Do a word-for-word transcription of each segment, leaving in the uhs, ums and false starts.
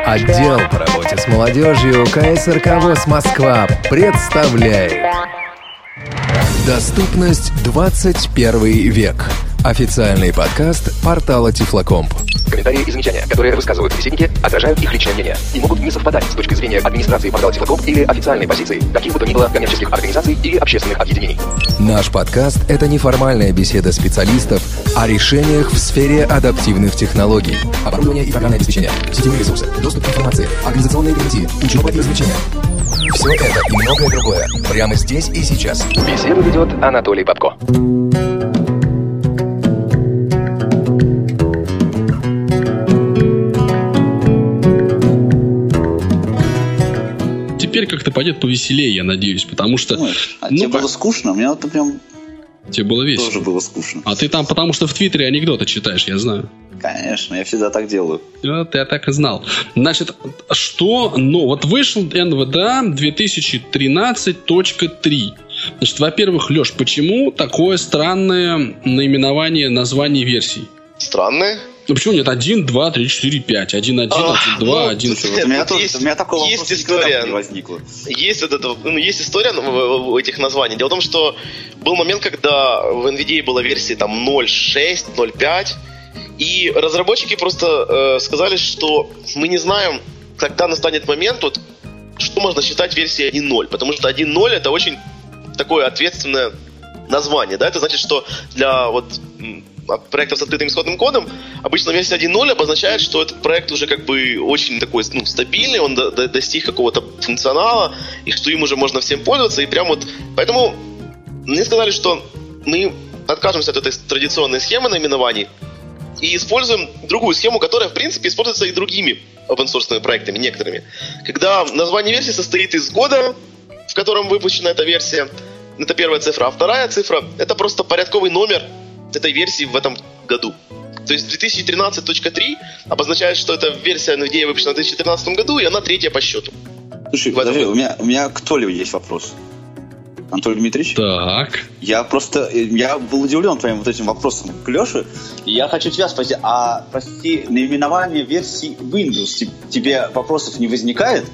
Отдел по работе с молодежью КСРК ВОС Москва представляет «Доступность двадцать первый век». Официальный подкаст портала Тифлокомп. Комментарии и замечания, которые высказывают собеседники, отражают их личное мнение и могут не совпадать с точки зрения администрации портала Тифлокомп или официальной позиции каких бы то ни было коммерческих организаций или общественных объединений. Наш подкаст – это неформальная беседа специалистов о решениях в сфере адаптивных технологий. Оборудование и программное обеспечение, сетевые ресурсы, доступ к информации, организационные гарантии, учеба и развлечения. Все это и многое другое прямо здесь и сейчас. Беседу ведет Анатолий Бабко. Теперь как-то пойдет повеселее, я надеюсь, потому что... Ой, а ну, тебе как... было скучно? У меня вот прям... Тебе было весело? Тоже было скучно. А ты там потому что в Твиттере анекдоты читаешь, я знаю. Конечно, я всегда так делаю. Вот я так и знал. Значит, что... Ну, вот вышел эн вэ дэ а две тысячи тринадцать точка три. Значит, во-первых, Леш, почему такое странное наименование названий версий? Странное? Ну почему нет? один, два, три, четыре, пять. один, один, один, два, один. У меня тоже, у меня такого есть вопроса история, не возникло. Есть, вот это, ну, есть история у этих названий. Дело в том, что был момент, когда в эн ви ди эй была версия там ноль шесть, ноль пять, и разработчики просто э, сказали, что мы не знаем, когда настанет момент, вот, что можно считать версией один ноль, потому что один ноль это очень такое ответственное название, да, это значит, что для вот проектов с открытым исходным кодом обычно версия один ноль обозначает, что этот проект уже как бы очень такой, ну, стабильный, он до- до- достиг какого-то функционала, и что им уже можно всем пользоваться, и прям вот, поэтому мне сказали, что мы откажемся от этой традиционной схемы наименований и используем другую схему, которая, в принципе, используется и другими open-source проектами, некоторыми. Когда название версии состоит из года, в котором выпущена эта версия, это первая цифра, а вторая цифра — это просто порядковый номер этой версии в этом году. То есть две тысячи тринадцать точка три обозначает, что эта версия эн ви ди эй выпущена в две тысячи тринадцатом году, и она третья по счету. Слушай, подожди, у меня, у меня к Толе есть вопрос. Анатолий Дмитриевич? Так. Я просто, я был удивлен твоим вот этим вопросом к Леше. И я хочу тебя спросить, а, прости, наименование версии Windows, тебе вопросов не возникает?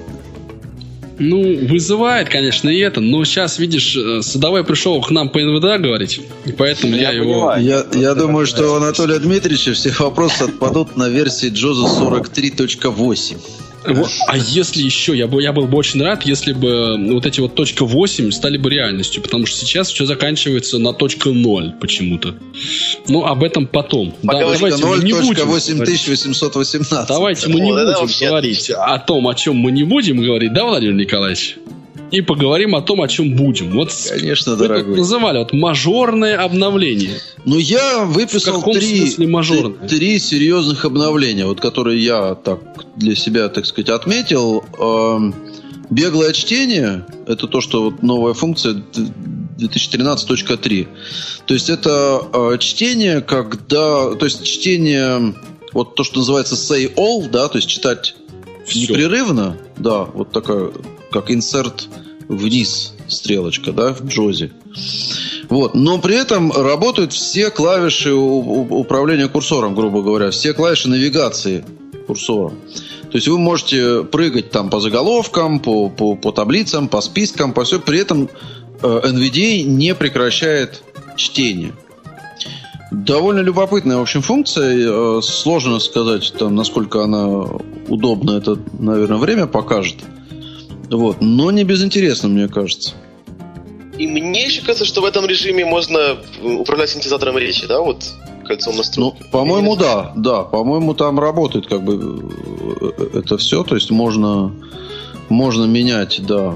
Ну, вызывает, конечно, и это, но сейчас, видишь, Садовой пришел к нам по эн вэ дэ а говорить, и поэтому я, я его... Я, я думаю, что у Анатолия Дмитриевича все вопросы отпадут на версии джоза сорок три точка восемь. А если еще, я бы, я был бы очень рад, если бы вот эти вот точка восемь стали бы реальностью, потому что сейчас все заканчивается на точка ноль почему-то. Ну, об этом потом. Да, давайте мы не будем восемь тысяч восемьсот восемнадцать. Давайте мы не будем говорить о том, о чем мы не будем говорить, да, Владимир Николаевич? И поговорим о том, о чем будем. Вот, конечно, вы дорогой. Тут называли вот мажорное обновление. Ну, я выписал три, три серьезных обновления, вот, которые я так для себя, так сказать, отметил. Беглое чтение — это то, что вот новая функция две тысячи тринадцать точка три. То есть это чтение, когда... То есть чтение, вот то, что называется say all, да, то есть читать Все. непрерывно, да, вот такая... как инсерт вниз стрелочка, да, в джозе. Вот. Но при этом работают все клавиши управления курсором, грубо говоря, все клавиши навигации курсором. То есть вы можете прыгать там по заголовкам, по, по, по таблицам, по спискам, по все. При этом эн ви ди эй не прекращает чтение. Довольно любопытная, в общем, функция. Сложно сказать, там, насколько она удобна. Это, наверное, время покажет. Вот. Но не безинтересно, мне кажется. И мне еще кажется, что в этом режиме можно управлять синтезатором речи, да, вот кольцом настроек. Ну, по-моему, да, да, по-моему, там работает как бы это все, то есть можно, можно менять, да,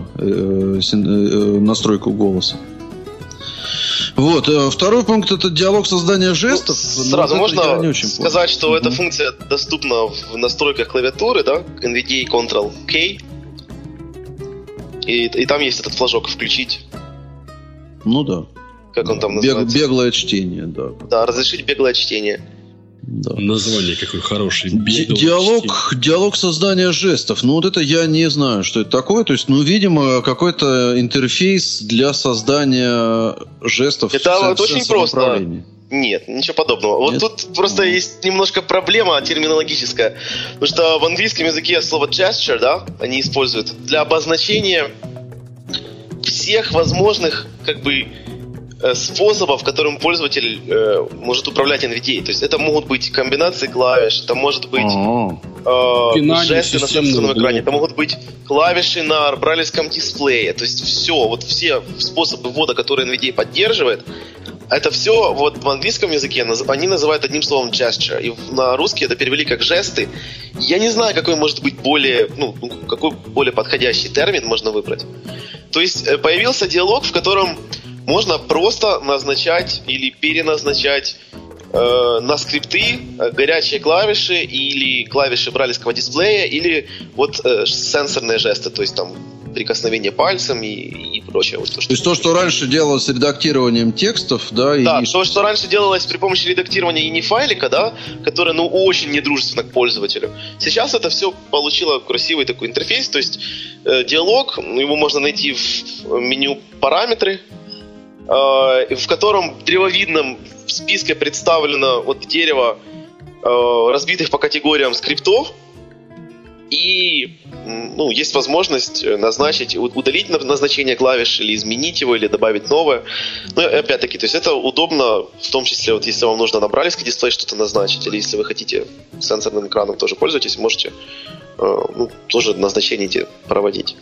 настройку голоса. Вот. Второй пункт — это диалог создания жестов. Ну, сразу можно сказать, понял. что mm-hmm. эта функция доступна в настройках клавиатуры, да, эн ви ди эй контрол-K. И, и там есть этот флажок «включить». Ну да. Как он там Бег, называется? Беглое чтение, да. Да, разрешить беглое чтение. Да. Название какое хорошее. Ди- диалог, диалог создания жестов. Ну, вот это я не знаю, что это такое. То есть, ну, видимо, какой-то интерфейс для создания жестов. Это вот очень просто. Нет, ничего подобного. Вот Нет? тут просто mm. есть немножко проблема терминологическая. Потому что в английском языке слово gesture, да, они используют для обозначения всех возможных, как бы, способов, которым пользователь э, может управлять эн ви ди эй. То есть это могут быть комбинации клавиш, это может быть э, жесты на собственном экране, это могут быть клавиши на брайлевском дисплее. То есть все, вот все способы ввода, которые эн ви ди эй поддерживает, это все вот в английском языке они называют одним словом gesture. И на русский это перевели как жесты. Я не знаю, какой может быть более, ну, какой более подходящий термин можно выбрать. То есть появился диалог, в котором можно просто назначать или переназначать э, на скрипты э, горячие клавиши или клавиши брайлевского дисплея или вот э, сенсорные жесты, то есть там прикосновение пальцем и, и прочее. Вот то, что то есть то, что раньше делалось с редактированием текстов, да? Да, и... то, что раньше делалось при помощи редактирования и не файлика, да, которое, ну, очень недружественно к пользователю. Сейчас это все получило красивый такой интерфейс, то есть э, диалог, его можно найти в меню «Параметры», в котором в древовидном списке представлено вот дерево э, разбитых по категориям скриптов, и ну, есть возможность назначить, удалить назначение клавиш, или изменить его, или добавить новое. Но опять-таки, то есть это удобно, в том числе, вот если вам нужно на брайлевский дисплей что-то назначить, или если вы хотите сенсорным экраном тоже пользуетесь, можете э, ну, тоже назначение эти проводить.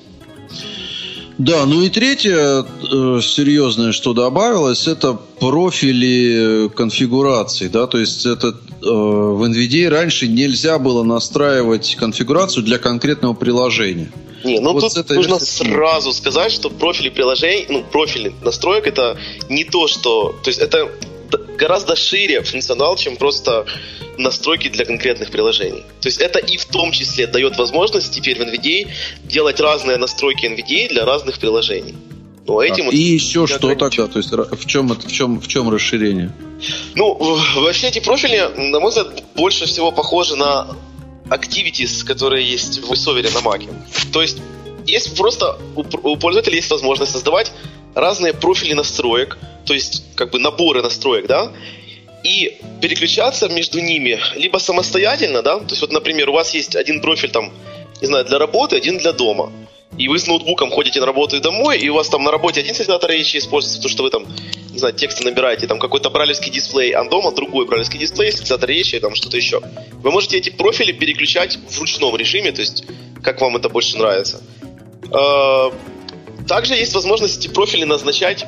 Да, ну и третье э, серьезное, что добавилось, это профили конфигурации, да, то есть это э, в эн ви ди эй раньше нельзя было настраивать конфигурацию для конкретного приложения. Не, ну вот тут нужно сразу сказать, что профили приложений, ну, профили настроек это не то, что, то есть это гораздо шире функционал, чем просто настройки для конкретных приложений. То есть это и в том числе дает возможность теперь в эн ви ди эй делать разные настройки эн ви ди эй для разных приложений. Ну, этим а, вот и еще что тогда? То есть в чем, в чем, в чем расширение? Ну, вообще эти профили, на мой взгляд, больше всего похожи на activities, которые есть в VoiceOver на Mac. То есть есть просто у, у пользователя есть возможность создавать разные профили настроек, то есть как бы наборы настроек, да, и переключаться между ними либо самостоятельно, да, то есть вот, например, у вас есть один профиль там, не знаю, для работы, один для дома, и вы с ноутбуком ходите на работу и домой, и у вас там на работе один синтезатор речи используется, то, что вы там, не знаю, тексты набираете, там какой-то брайлевский дисплей, а дома другой брайлевский дисплей, синтезатор речи, там что-то еще. Вы можете эти профили переключать в ручном режиме, то есть как вам это больше нравится. Также есть возможность эти профили назначать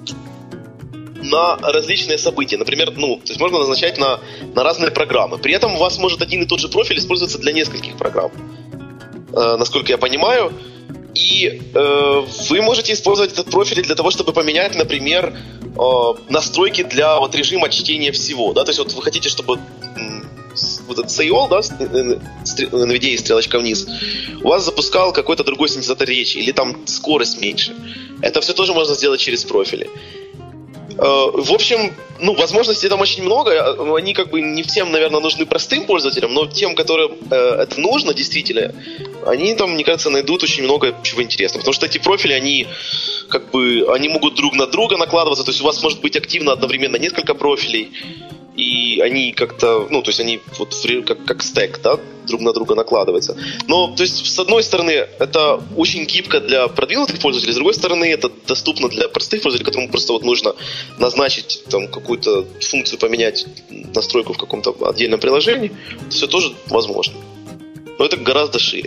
на различные события. Например, ну, то есть можно назначать на, на разные программы. При этом у вас может один и тот же профиль использоваться для нескольких программ, э, насколько я понимаю. И э, вы можете использовать этот профиль для того, чтобы поменять, например, э, настройки для вот, режима чтения всего. Да? То есть вот вы хотите, чтобы м, вот этот си о эл, да, эн ви ди эй стрелочка вниз, у вас запускал какой-то другой синтезатор речи, или там скорость меньше. Это все тоже можно сделать через профили. В общем, ну, возможностей там очень много. Они как бы не всем, наверное, нужны простым пользователям, но тем, которым э, это нужно действительно, они там, мне кажется, найдут очень много чего интересного. Потому что эти профили, они как бы, они могут друг на друга накладываться. То есть у вас может быть активно одновременно несколько профилей. И они как-то, ну, то есть они вот как, как стек, да, друг на друга накладываются. Но, то есть, с одной стороны, это очень гибко для продвинутых пользователей, с другой стороны, это доступно для простых пользователей, которым просто вот нужно назначить там какую-то функцию, поменять настройку в каком-то отдельном приложении. Это все тоже возможно. Но это гораздо шире.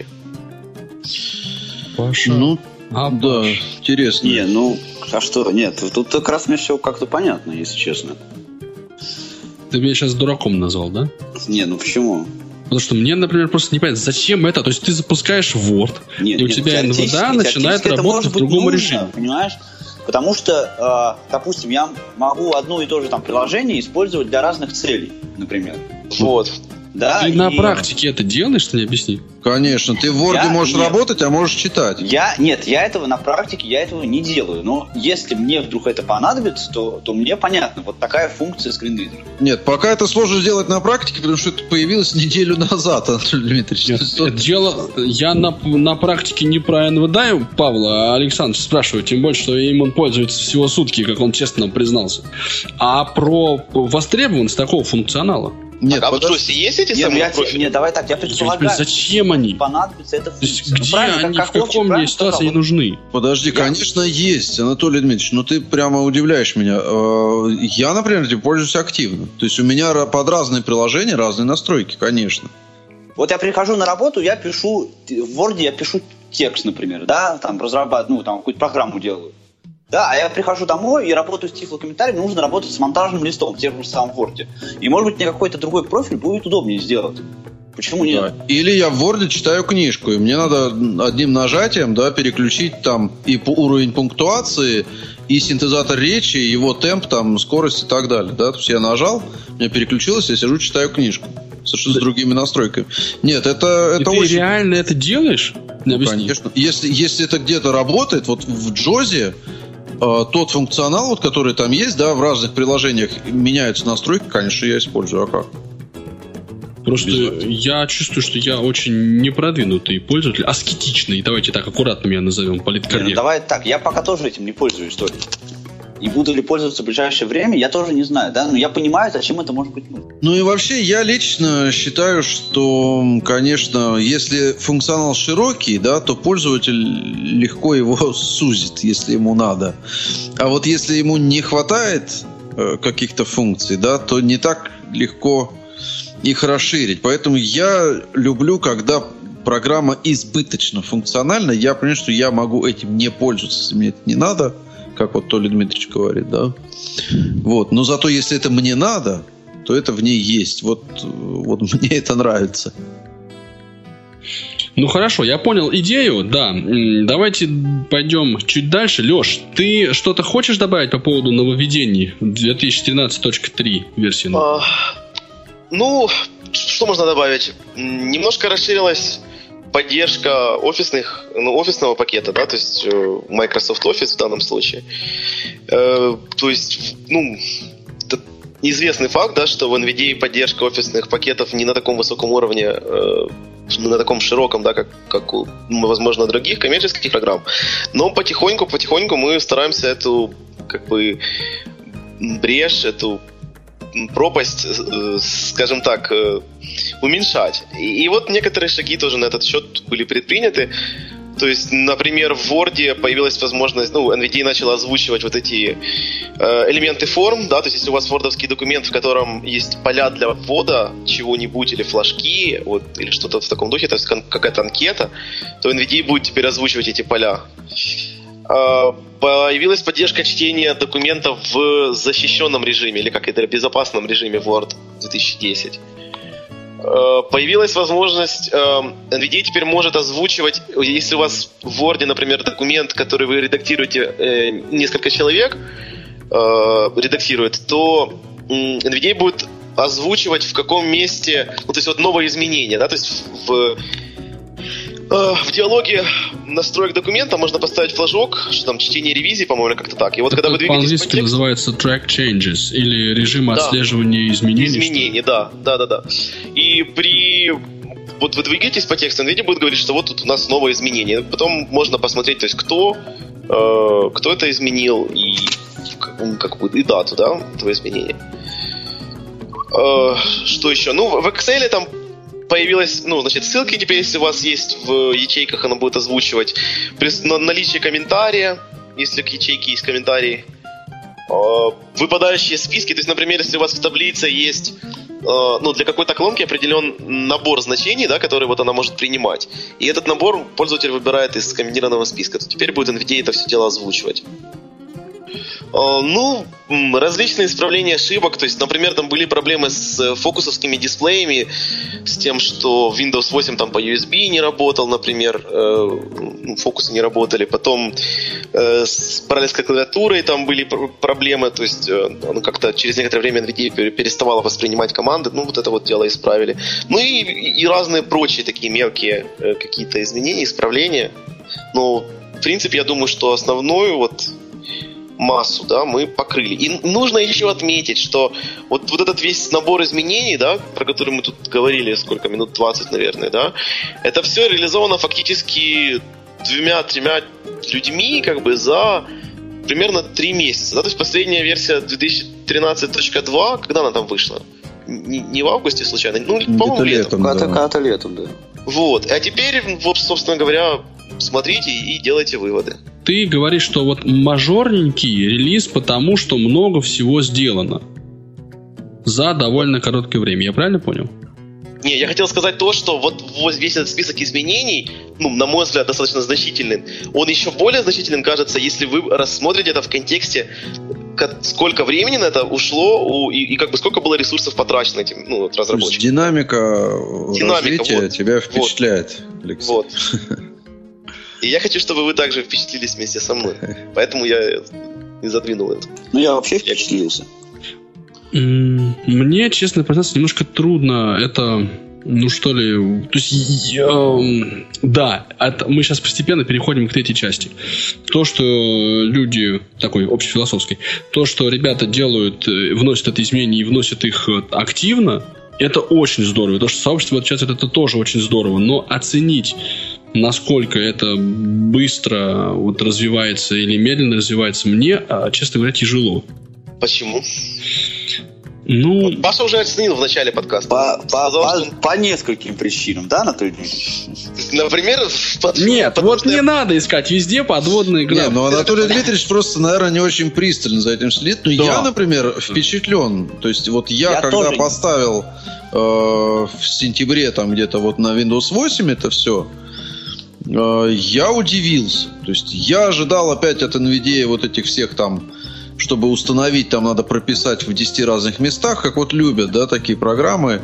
Паша. Ну, а, да, Паша. Интересно. Не, ну, а что, нет, тут как раз мне все как-то понятно, если честно. Ты меня сейчас дураком назвал, да? Не, ну почему? Потому что мне, например, просто не понятно, зачем это? То есть ты запускаешь Word, нет, и у нет, тебя эн ви ди эй начинает работать в другом нужно, режиме. Понимаешь? Потому что, э, допустим, я могу одно и то же там приложение использовать для разных целей, например. Вот. Да, ты и... на практике это делаешь, ты мне объясни? Конечно, ты в Word я... можешь нет. работать, а можешь читать. Я... Нет, я этого на практике, я этого не делаю. Но если мне вдруг это понадобится, то, то мне понятно, вот такая функция скринридера. Нет, пока это сложно сделать на практике, потому что это появилось неделю назад, Анатолий Дмитриевич. Нет, это дело, я на, на практике не про эн вэ дэ Павла, а Александр спрашиваю, тем более, что им он пользуется всего сутки, как он честно нам признался. А про востребованность такого функционала. Нет, а в Джосе есть эти нет, самые я, профили? Нет, давай так, я предполагаю. Зачем они? Понадобится это. То есть, где ну, они, как в каком мне ситуации не нужны? Подожди, я... конечно, есть, Анатолий Дмитриевич, но ты прямо удивляешь меня. Я, например, этим пользуюсь активно. То есть у меня под разные приложения разные настройки, конечно. Вот я прихожу на работу, я пишу в Word, я пишу текст, например, да, там разрабатываю, ну, там какую-то программу делаю. Да, а я прихожу домой и работаю с тифлокомментарием, нужно работать с монтажным листом в тем же самом Word. И, может быть, мне какой-то другой профиль будет удобнее сделать. Почему нет? Да. Или я в Word читаю книжку, и мне надо одним нажатием, да, переключить там и по уровень пунктуации, и синтезатор речи, и его темп, там, скорость и так далее. Да? То есть я нажал, меня переключилось, я сижу, читаю книжку. Совершенно с другими настройками. Нет, это, это ты очень... реально это делаешь? Ну, конечно. Если, если это где-то работает, вот в Джозе э, тот функционал, вот, который там есть, да, в разных приложениях меняются настройки, конечно, я использую. А как? Просто я чувствую, что я очень непродвинутый пользователь, аскетичный, давайте так аккуратно меня назовем, политкорректно. Ну, давай так, я пока тоже этим не пользуюсь, что ли. И буду ли пользоваться в ближайшее время, я тоже не знаю, да, но я понимаю, зачем это может быть нужно. Ну и вообще, я лично считаю, что, конечно, если функционал широкий, да, то пользователь легко его сузит, если ему надо. А вот если ему не хватает э, каких-то функций, да, то не так легко их расширить. Поэтому я люблю, когда программа избыточно функциональна. Я понимаю, что я могу этим не пользоваться, если мне это не надо, как вот Толя Дмитриевич говорит, да. Вот. Но зато если это мне надо, то это в ней есть. Вот, вот мне это нравится. Ну хорошо, я понял идею, да. Давайте пойдем чуть дальше. Леш, ты что-то хочешь добавить по поводу нововведений две тысячи тринадцать точка три версии? А, ну, что можно добавить? Немножко расширилась поддержка офисных, ну, офисного пакета, да, то есть Microsoft Office в данном случае. Э, то есть, ну, это известный факт, да, что в эн ви ди эй поддержка офисных пакетов не на таком высоком уровне, э, на таком широком, да, как, как у, возможно, других коммерческих программ. Но потихоньку, потихоньку мы стараемся эту, как бы, брешь, эту пропасть, скажем так, уменьшать. И, и вот некоторые шаги тоже на этот счет были предприняты. То есть, например, в Word появилась возможность, ну, эн ви ди эй начала озвучивать вот эти э, элементы форм, да, то есть если у вас вордовский документ, в котором есть поля для ввода чего-нибудь, или флажки, вот, или что-то в таком духе, то есть какая-то анкета, то эн ви ди эй будет теперь озвучивать эти поля. Э, появилась поддержка чтения документов в защищенном режиме, или как это, безопасном режиме Word две тысячи десять. Появилась возможность, эн ви ди эй теперь может озвучивать, если у вас в Word, например, документ, который вы редактируете, несколько человек редактирует, то эн ви ди эй будет озвучивать в каком месте, ну, то есть вот новые изменения, да, то есть в, в диалоге настроек документа можно поставить флажок, что там чтение ревизии, по-моему, как-то так. И вот это когда вы двигаетесь по-английски по тексту, называется track changes или режим да, отслеживания изменений. Изменений, да, да, да, да. И при вот вы двигаетесь по тексту, эн ви ди эй будет говорить, что вот тут у нас новое изменение. Потом можно посмотреть, то есть кто, э, кто это изменил и как бы и дату, да, этого изменения. Э, что еще? Ну, в Excel там появилась, ну, значит, ссылки теперь, если у вас есть в ячейках, она будет озвучивать. При наличии комментария, если к ячейке есть комментарий. Выпадающие списки, то есть, например, если у вас в таблице есть, ну, для какой-то колонки определен набор значений, да, который вот она может принимать. И этот набор пользователь выбирает из скомбинированного списка, то теперь будет эн ви ди эй это все дело озвучивать. Ну, различные исправления ошибок. То есть, например, там были проблемы с фокусовскими дисплеями, с тем, что Windows восемь там по ю эс би не работал, например, фокусы не работали. Потом с параллельской клавиатурой там были проблемы, то есть ну, как-то через некоторое время эн ви ди эй переставала воспринимать команды. Ну, вот это вот дело исправили. Ну и, и разные прочие такие мелкие какие-то изменения, исправления. Но, в принципе, я думаю, что основную вот массу, да, мы покрыли. И нужно еще отметить, что вот, вот этот весь набор изменений, да, про который мы тут говорили, сколько, минут двадцать, наверное, да, это все реализовано фактически двумя-тремя людьми, как бы, за примерно три месяца, да, то есть последняя версия две тысячи тринадцать точка два, когда она там вышла? Не, не в августе, случайно? Ну, по-моему, летом. Когда-то, когда-то летом, да. Вот, а теперь, вот, собственно говоря, смотрите и делайте выводы. Ты говоришь, что вот мажорненький релиз, потому что много всего сделано за довольно короткое время. Я правильно понял? Не, я хотел сказать то, что вот весь этот список изменений, ну, на мой взгляд, достаточно значительный. Он еще более значительным кажется, если вы рассмотрите это в контексте, сколько времени на это ушло у, и, и как бы сколько было ресурсов потрачено этим, ну, вот, разработчикам. Динамика, Динамика развития вот, тебя впечатляет, вот, Алексей. Вот. И я хочу, чтобы вы также впечатлились вместе со мной. Поэтому я не задвинул это. Ну, я вообще впечатлился. Мне, честно признаться, немножко трудно это, ну что ли, то есть, я, да, это, мы сейчас постепенно переходим к третьей части. То, что люди, такой общефилософской, то, что ребята делают, вносят это изменения и вносят их активно, это очень здорово. То, что сообщество отвечает, это тоже очень здорово. Но оценить, насколько это быстро вот развивается или медленно развивается, мне, честно говоря, тяжело. Почему? Ну, вот Паша уже оценил в начале подкаста. По, по, по, он... по нескольким причинам, да, Анатолий Дмитриевич? Например, под... Нет, вот не я... надо искать везде подводные графы. Не, ну Анатолий Дмитриевич просто, наверное, не очень пристально за этим следит. Но да. Я, например, впечатлен. То есть вот я, я когда тоже... поставил э, в сентябре там где-то вот на Windows восемь это все, э, я удивился. То есть я ожидал опять от эн ви ди эй вот этих всех там, чтобы установить, там надо прописать в десяти разных местах, как вот любят, да, такие программы.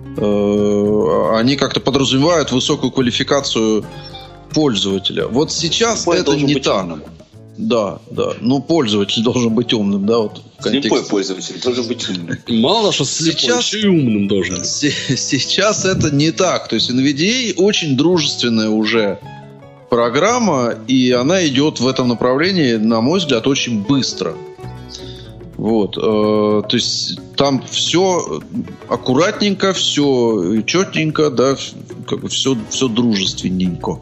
Э, они как-то подразумевают высокую квалификацию пользователя. Вот сейчас Слепой это не так. Умным. Да, да. Ну, пользователь должен быть умным, да, вот в контексте. Слепой пользователь должен быть умным. Мало что слепой, сейчас, еще и умным должен. Сейчас это не так. То есть эн ви ди эй очень дружественная уже программа, и она идет в этом направлении, на мой взгляд, очень быстро. Вот, э, то есть там все аккуратненько, все четненько, да, как бы все, все дружественненько.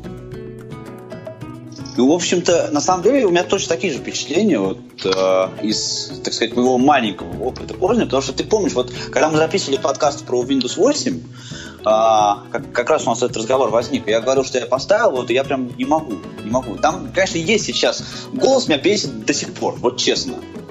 Ну, в общем-то, на самом деле у меня точно такие же впечатления вот, э, из, так сказать, моего маленького опыта пользования, потому что ты помнишь, вот когда мы записывали подкаст про Windows восемь, э, как, как раз у нас этот разговор возник, я говорил, что я поставил, вот, и я прям не могу, не могу. Там, конечно, есть сейчас, голос меня бесит до сих пор, вот честно.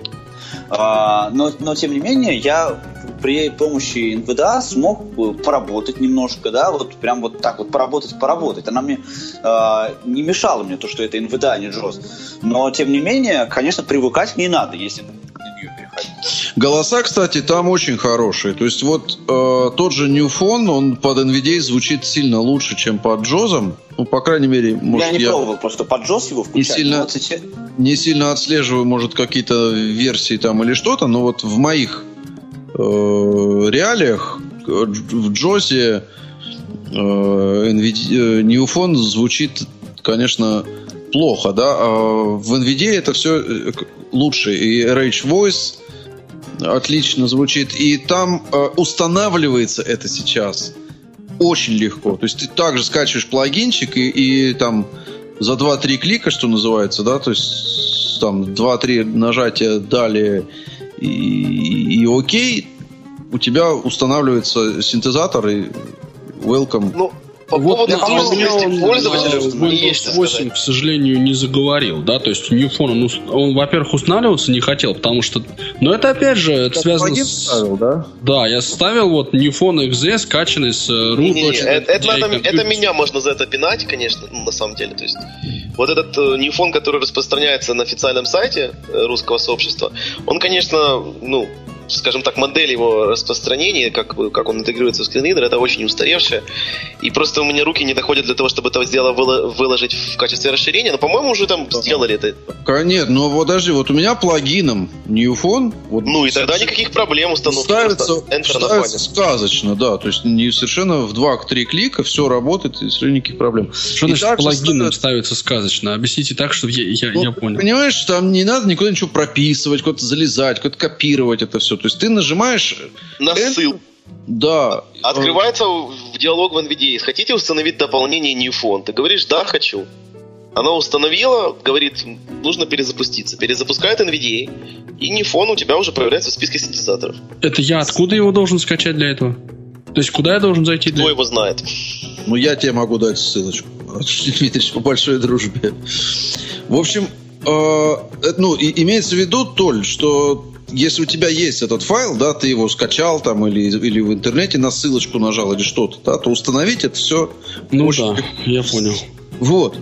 Uh, но, но, тем не менее, я при помощи эн ви ди эй смог поработать немножко, да, вот прям вот так вот поработать, поработать. Она мне uh, не мешала мне то, что это эн ви ди эй, а не джоз. Но, тем не менее, конечно, привыкать не надо, если на нее переходить. Голоса, кстати, там очень хорошие. То есть вот э, тот же Newphone, он под эн ви ди эй звучит сильно лучше, чем под джозом. Ну, по крайней мере, может, я не я пробовал просто под джоз его включать. Не сильно, не сильно отслеживаю, может, какие-то версии там или что-то, но вот в моих э, реалиях в джозе э, эн ви ди эй, Newphone звучит, конечно, плохо, да, а в эн ви ди эй это все лучше. И эр эйч Voice отлично звучит. И там э, устанавливается это сейчас очень легко. То есть ты также скачиваешь плагинчик и, и там за два-три клика, что называется, да, то есть там два-три нажатия далее и, и, и окей, у тебя устанавливается синтезатор и welcome. Ну, по вот поводу дружественности пользователя Windows восемь, к сожалению, не заговорил, да, то есть Newphone, он, он, во-первых, устанавливаться не хотел, потому что, но это опять же, это связано с... Ставил, да? Да, я ставил вот Newphone икс и, скачанный с root. Не, не, не, это, это, надо, это меня можно за это пинать, конечно, ну, на самом деле, то есть вот этот э, New Phone, который распространяется на официальном сайте э, русского сообщества, он, конечно, ну, скажем так, модель его распространения, как, как он интегрируется в скринридер, это очень устаревшее. И просто у меня руки не доходят для того, чтобы это дело выложить в качестве расширения. Но, по-моему, уже там сделали это. Нет, но подожди, вот у меня плагином New Phone... Вот ну и тогда никаких проблем установки. Ставится, ставится сказочно, да. То есть не совершенно в два-три клика все работает, и совершенно никаких проблем. Что и значит плагином ставится... ставится сказочно? Объясните так, чтобы я, я, ну, я понял. Понимаешь, там не надо никуда ничего прописывать, куда-то залезать, куда-то копировать это все. То есть ты нажимаешь... На ссылку. Да. Открывается в диалог в эн ви ди эй. Хотите установить дополнение New Phone? Ты говоришь, да, хочу. Она установила, говорит, нужно перезапуститься. Перезапускает эн ви ди эй, и New Phone у тебя уже появляется в списке синтезаторов. Это я откуда его должен скачать для этого? То есть куда я должен зайти? Кто для... его знает? Ну, я тебе могу дать ссылочку. Дмитрий, по большой дружбе. В общем, э, ну, и, имеется в виду, Толь, что... Если у тебя есть этот файл, да, ты его скачал там или, или в интернете на ссылочку нажал или что-то, да, то установить это все... Ну очень... да, я понял. Вот.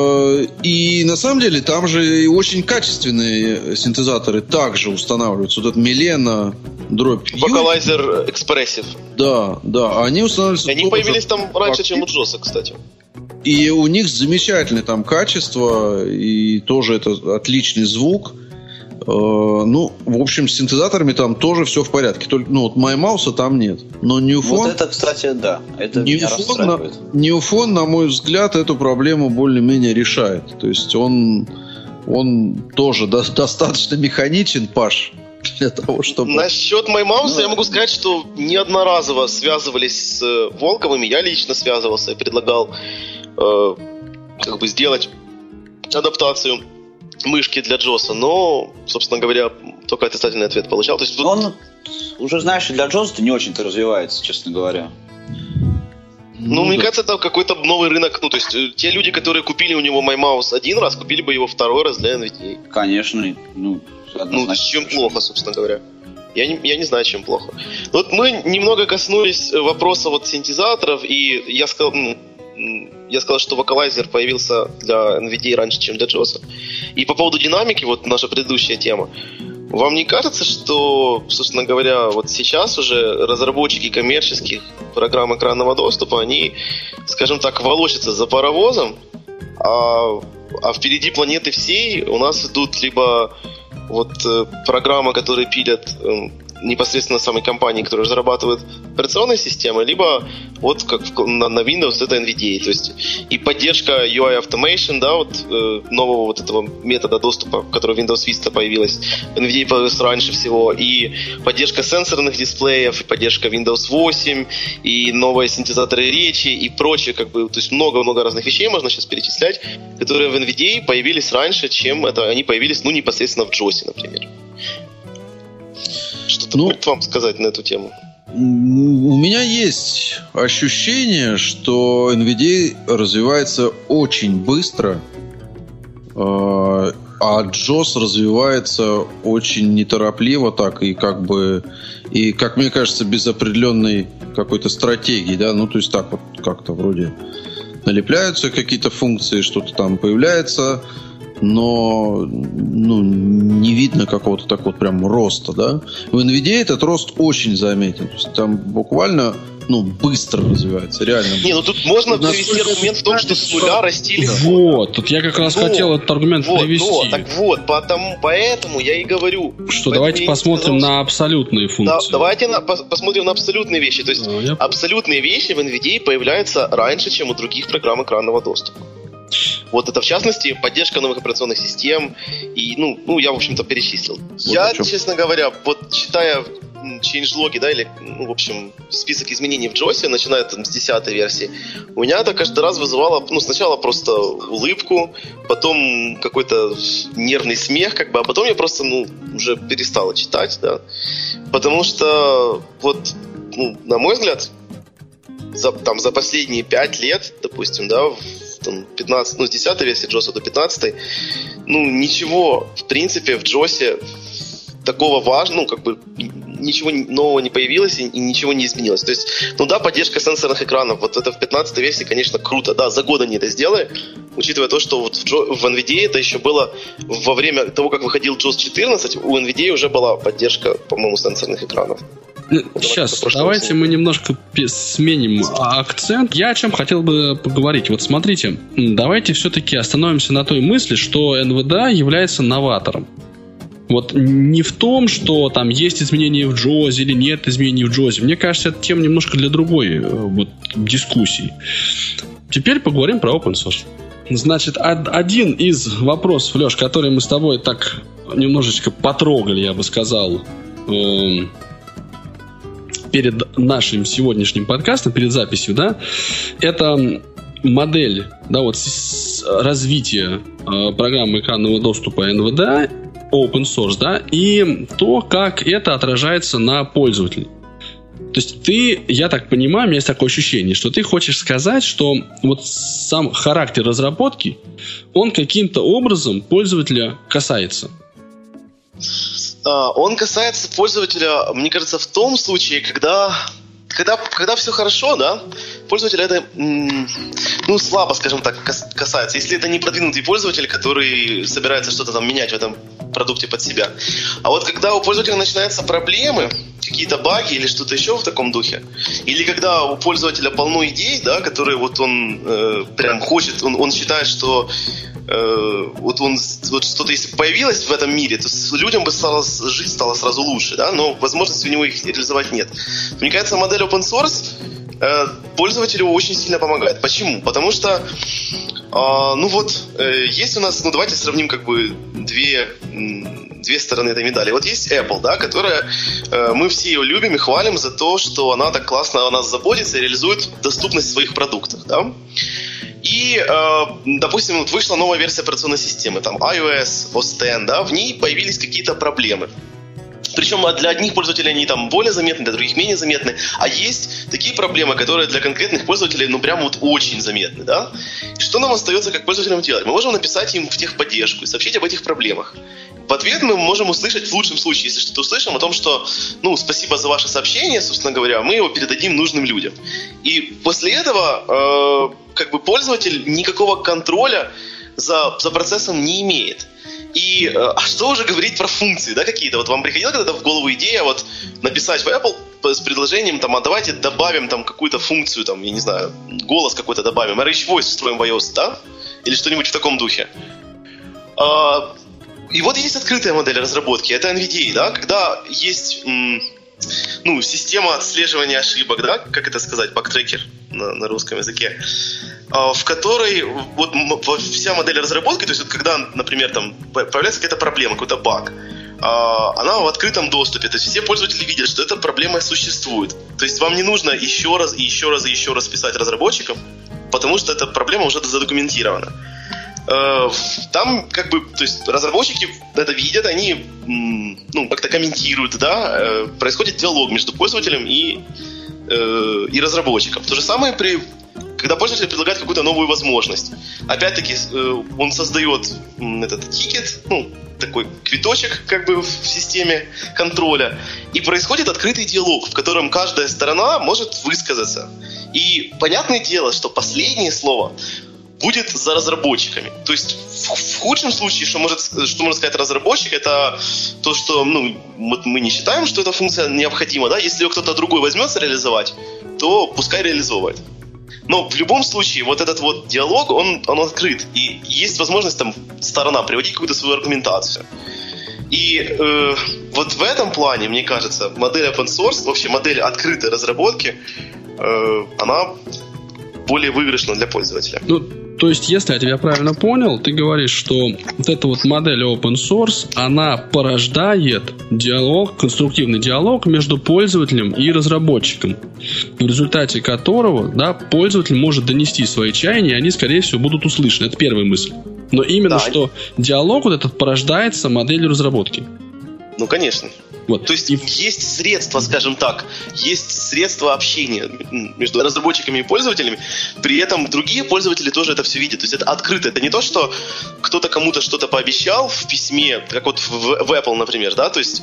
И на самом деле там же и очень качественные синтезаторы также устанавливаются. Вот этот Milena дробь Q. Vocalizer Expressive. Да, да. Они устанавливаются... Они появились там раньше, чем у Джоса, кстати. И у них замечательное там качество, и тоже это отличный звук. Ну, в общем, с синтезаторами там тоже все в порядке. Только, ну, вот MyMouse там нет. Но New Phone... Вот это, кстати, да. Это New меня расстраивает. На, New Phone, на мой взгляд, эту проблему более-менее решает. То есть он, он тоже до, достаточно механичен, Паш, для того, чтобы... Насчет MyMouse ну, я могу сказать, что неодноразово связывались с Волковыми. Я лично связывался и предлагал э, как бы сделать адаптацию мышки для Джоса, но, собственно говоря, только отрицательный ответ получал. То есть тут... Он уже, знаешь, для Джоса не очень-то развивается, честно говоря. Ну, ну мне да. кажется, это какой-то новый рынок. Ну, то есть, те люди, которые купили у него MyMouse один раз, купили бы его второй раз для эн ви ди эй. Конечно. Ну, ну чем плохо, собственно говоря? Я не, я не знаю, чем плохо. Вот мы немного коснулись вопроса вот синтезаторов, и я сказал... Ну, я сказал, что Vocalizer появился для эн ви ди эй раньше, чем для Джоса. И по поводу динамики, вот наша предыдущая тема. Вам не кажется, что, собственно говоря, вот сейчас уже разработчики коммерческих программ экранного доступа, они, скажем так, волочатся за паровозом, а, а впереди планеты всей у нас идут либо вот э, программы, которые пилят э, непосредственно самой компании, которая разрабатывает операционные системы, либо вот как на, на Windows это эн ви ди эй. То есть и поддержка ю ай Automation, да, вот э, нового вот этого метода доступа, который в Windows Vista появилась. эн ви ди эй появилась раньше всего. И поддержка сенсорных дисплеев, и поддержка Windows восемь, и новые синтезаторы речи, и прочее, как бы, то есть много-много разных вещей можно сейчас перечислять, которые в эн ви ди эй появились раньше, чем это они появились, ну, непосредственно в джосе, например. Что-то ну, будет вам сказать на эту тему? У меня есть ощущение, что эн ви ди эй развивается очень быстро, а джос развивается очень неторопливо, так и как бы, и, как мне кажется, без определенной какой-то стратегии, да, ну, то есть так вот как-то вроде налепляются какие-то функции, что-то там появляется, но ну, не видно какого-то такого прям роста, да. В эн ви ди эй этот рост очень заметен. То есть там буквально ну, быстро развивается, реально. Быстро. Не, ну тут можно привести аргумент в том, что с нуля растили. Вот, тут я как раз но, хотел этот аргумент вот, привести. Но, так вот, потому, поэтому я и говорю. Что давайте посмотрим сказал, на абсолютные функции. Да, давайте на, пос, посмотрим на абсолютные вещи. То есть а, я... абсолютные вещи в эн ви ди эй появляются раньше, чем у других программ экранного доступа. Вот это, в частности, поддержка новых операционных систем. И, ну, ну я, в общем-то, перечислил. Вот я, честно говоря, вот читая changelog, да, или, ну, в общем, список изменений в джосе, начиная там с десятой версии, у меня это каждый раз вызывало, ну, сначала просто улыбку, потом какой-то нервный смех, как бы, а потом я просто, ну, уже перестал читать, да. Потому что, вот, ну, на мой взгляд, за, там, за последние пять лет, допустим, да, там, пятнадцать, ну, с десятой версии джоса до пятнадцатой, ну, ничего, в принципе, в джосе такого важного, ну, как бы, ничего нового не появилось и, и ничего не изменилось. То есть, ну да, поддержка сенсорных экранов, вот это в пятнадцатой версии, конечно, круто. Да, за год они это сделали, учитывая то, что вот в, Джо, в эн ви ди эй это еще было во время того, как выходил джоус четырнадцать, у эн ви ди эй уже была поддержка, по-моему, сенсорных экранов. Сейчас, давайте серии. мы немножко сменим акцент. Я о чем хотел бы поговорить. Вот смотрите, давайте все-таки остановимся на той мысли, что эн ви ди эй является новатором. Вот не в том, что там есть изменения в джоузе или нет изменений в джоузе. Мне кажется, это тема немножко для другой вот, дискуссии. Теперь поговорим про open source. Значит, один из вопросов, Леш, который мы с тобой так немножечко потрогали, я бы сказал, э- перед нашим сегодняшним подкастом, перед записью, да, это модель, да, вот развития э, программы экранного доступа эн ви ди эй, open source, да, и то, как это отражается на пользователе. То есть ты, я так понимаю, у меня есть такое ощущение, что ты хочешь сказать, что вот сам характер разработки, он каким-то образом пользователя касается. Он касается пользователя, мне кажется, в том случае, когда, когда, когда все хорошо, да, пользователя это, ну, слабо, скажем так, касается. Если это не продвинутый пользователь, который собирается что-то там менять в этом продукте под себя. А вот когда у пользователя начинаются проблемы, какие-то баги или что-то еще в таком духе, или когда у пользователя полно идей, да, которые вот он э, прям хочет, он, он считает, что э, вот он вот что-то если появилось в этом мире, то людям бы стало, жить стало сразу лучше, да, но возможности у него их реализовать нет. Мне кажется, модель open source э, пользователю очень сильно помогает. Почему? Потому что э, ну вот э, есть у нас, ну давайте сравним как бы две две стороны этой медали. Вот есть Apple, да, которая, э, мы все ее любим и хвалим за то, что она так классно о нас заботится и реализует доступность в своих продуктах, да. И, э, допустим, вот вышла новая версия операционной системы, там iOS, о эс десять, да, в ней появились какие-то проблемы. Причем для одних пользователей они там более заметны, для других менее заметны. А есть такие проблемы, которые для конкретных пользователей, ну, прям вот очень заметны, да? И что нам остается как пользователям делать? Мы можем написать им в техподдержку и сообщить об этих проблемах. В ответ мы можем услышать, в лучшем случае, если что-то услышим, о том, что, ну, спасибо за ваше сообщение, собственно говоря, мы его передадим нужным людям. И после этого, э, как бы, пользователь никакого контроля за, за процессом не имеет. И а что уже говорить про функции, да, какие-то? Вот вам приходила когда-то в голову идея вот написать в Apple с предложением, там, а давайте добавим там какую-то функцию, там, я не знаю, голос какой-то добавим, эр эйч Voice встроим в iOS, да? Или что-нибудь в таком духе. А, и вот есть открытая модель разработки, это эн ви ди эй, да, когда есть, м, ну, система отслеживания ошибок, да, как это сказать, бактрекер на, на русском языке, в которой вот вся модель разработки, то есть вот когда, например, там появляется какая-то проблема, какой-то баг, она в открытом доступе, то есть все пользователи видят, что эта проблема существует. То есть вам не нужно еще раз и еще раз и еще раз писать разработчикам, потому что эта проблема уже задокументирована. Там как бы, то есть разработчики это видят, они, ну, как-то комментируют, да, происходит диалог между пользователем и, и разработчиком. То же самое при когда пользователь предлагает какую-то новую возможность. Опять-таки, он создает этот тикет, ну, такой квиточек как бы в системе контроля, и происходит открытый диалог, в котором каждая сторона может высказаться. И понятное дело, что последнее слово будет за разработчиками. То есть в, в худшем случае, что может, что может сказать разработчик, это то, что, ну, вот мы не считаем, что эта функция необходима, да, если ее кто-то другой возьмется реализовать, то пускай реализовывает. Но в любом случае, вот этот вот диалог, он, он открыт. И есть возможность там сторона приводить какую-то свою аргументацию. И э, вот в этом плане, мне кажется, модель open source, вообще модель открытой разработки, э, она более выигрышна для пользователя. Ну, то есть, если я тебя правильно понял, ты говоришь, что вот эта вот модель open source, она порождает диалог, конструктивный диалог между пользователем и разработчиком, в результате которого, да, пользователь может донести свои чаяния, и они, скорее всего, будут услышаны. Это первая мысль. Но именно, да, что диалог вот этот порождается моделью разработки. Ну, конечно. Вот. То есть и... есть средства, скажем так, есть средства общения между разработчиками и пользователями, при этом другие пользователи тоже это все видят. То есть это открыто. Это не то, что кто-то кому-то что-то пообещал в письме, как вот в, в Apple, например, да, то есть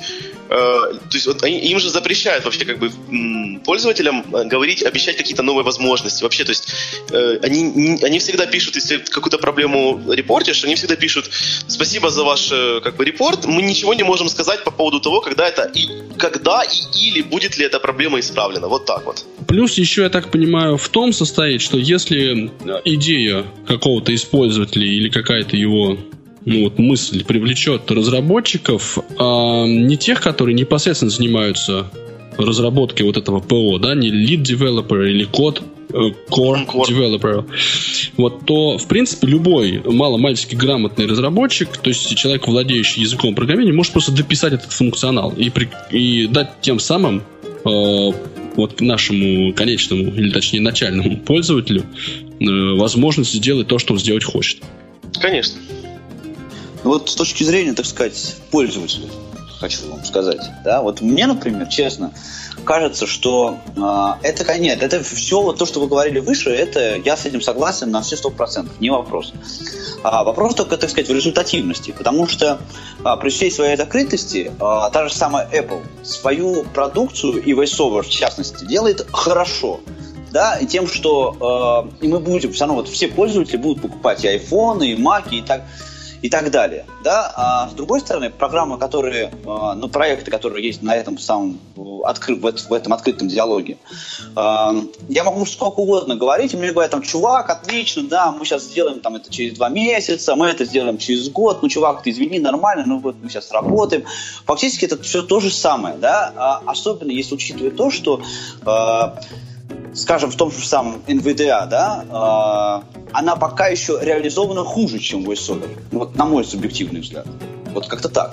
то есть вот они, им же запрещают вообще как бы пользователям говорить, обещать какие-то новые возможности. Вообще, то есть они, они всегда пишут, если какую-то проблему репортишь, они всегда пишут: спасибо за ваш как бы репорт, мы ничего не можем сказать по поводу того, когда это и когда и или будет ли эта проблема исправлена. Вот так вот. Плюс еще, я так понимаю, в том состоит, что если идея какого-то из пользователей или какая-то его ну, вот, мысль привлечет разработчиков, а не тех, которые непосредственно занимаются разработкой вот этого ПО, да, не lead developer или код core, core developer, вот, то, в принципе, любой маломальски грамотный разработчик, то есть человек, владеющий языком программирования, может просто дописать этот функционал и, при, и дать тем самым э, вот нашему конечному, или точнее начальному пользователю э, возможность сделать то, что он сделать хочет. Конечно. Вот с точки зрения, так сказать, пользователя, хочу вам сказать, да, вот мне, например, честно, кажется, что э, это, нет, это все вот то, что вы говорили выше, это я с этим согласен на все сто процентов, не вопрос. А вопрос только, так сказать, в результативности, потому что а, при всей своей закрытости а, та же самая Apple свою продукцию и VoiceOver, в частности, делает хорошо. Да, и тем, что э, и мы будем, все равно вот все пользователи будут покупать и айфоны, и маки, и так и так далее, да. А с другой стороны, программы, которые, э, ну, проекты, которые есть на этом самом откры, в, в этом открытом диалоге, э, я могу сколько угодно говорить, и мне говорят там: чувак, отлично, да, мы сейчас сделаем там это через два месяца, мы это сделаем через год, ну, чувак, ты извини, нормально, ну вот мы сейчас работаем. Фактически это все то же самое, да, а особенно если учитывать то, что э, скажем, в том же самом эн ви ди эй, да, э, она пока еще реализована хуже, чем VoiceOver. Вот на мой субъективный взгляд. Вот как-то так.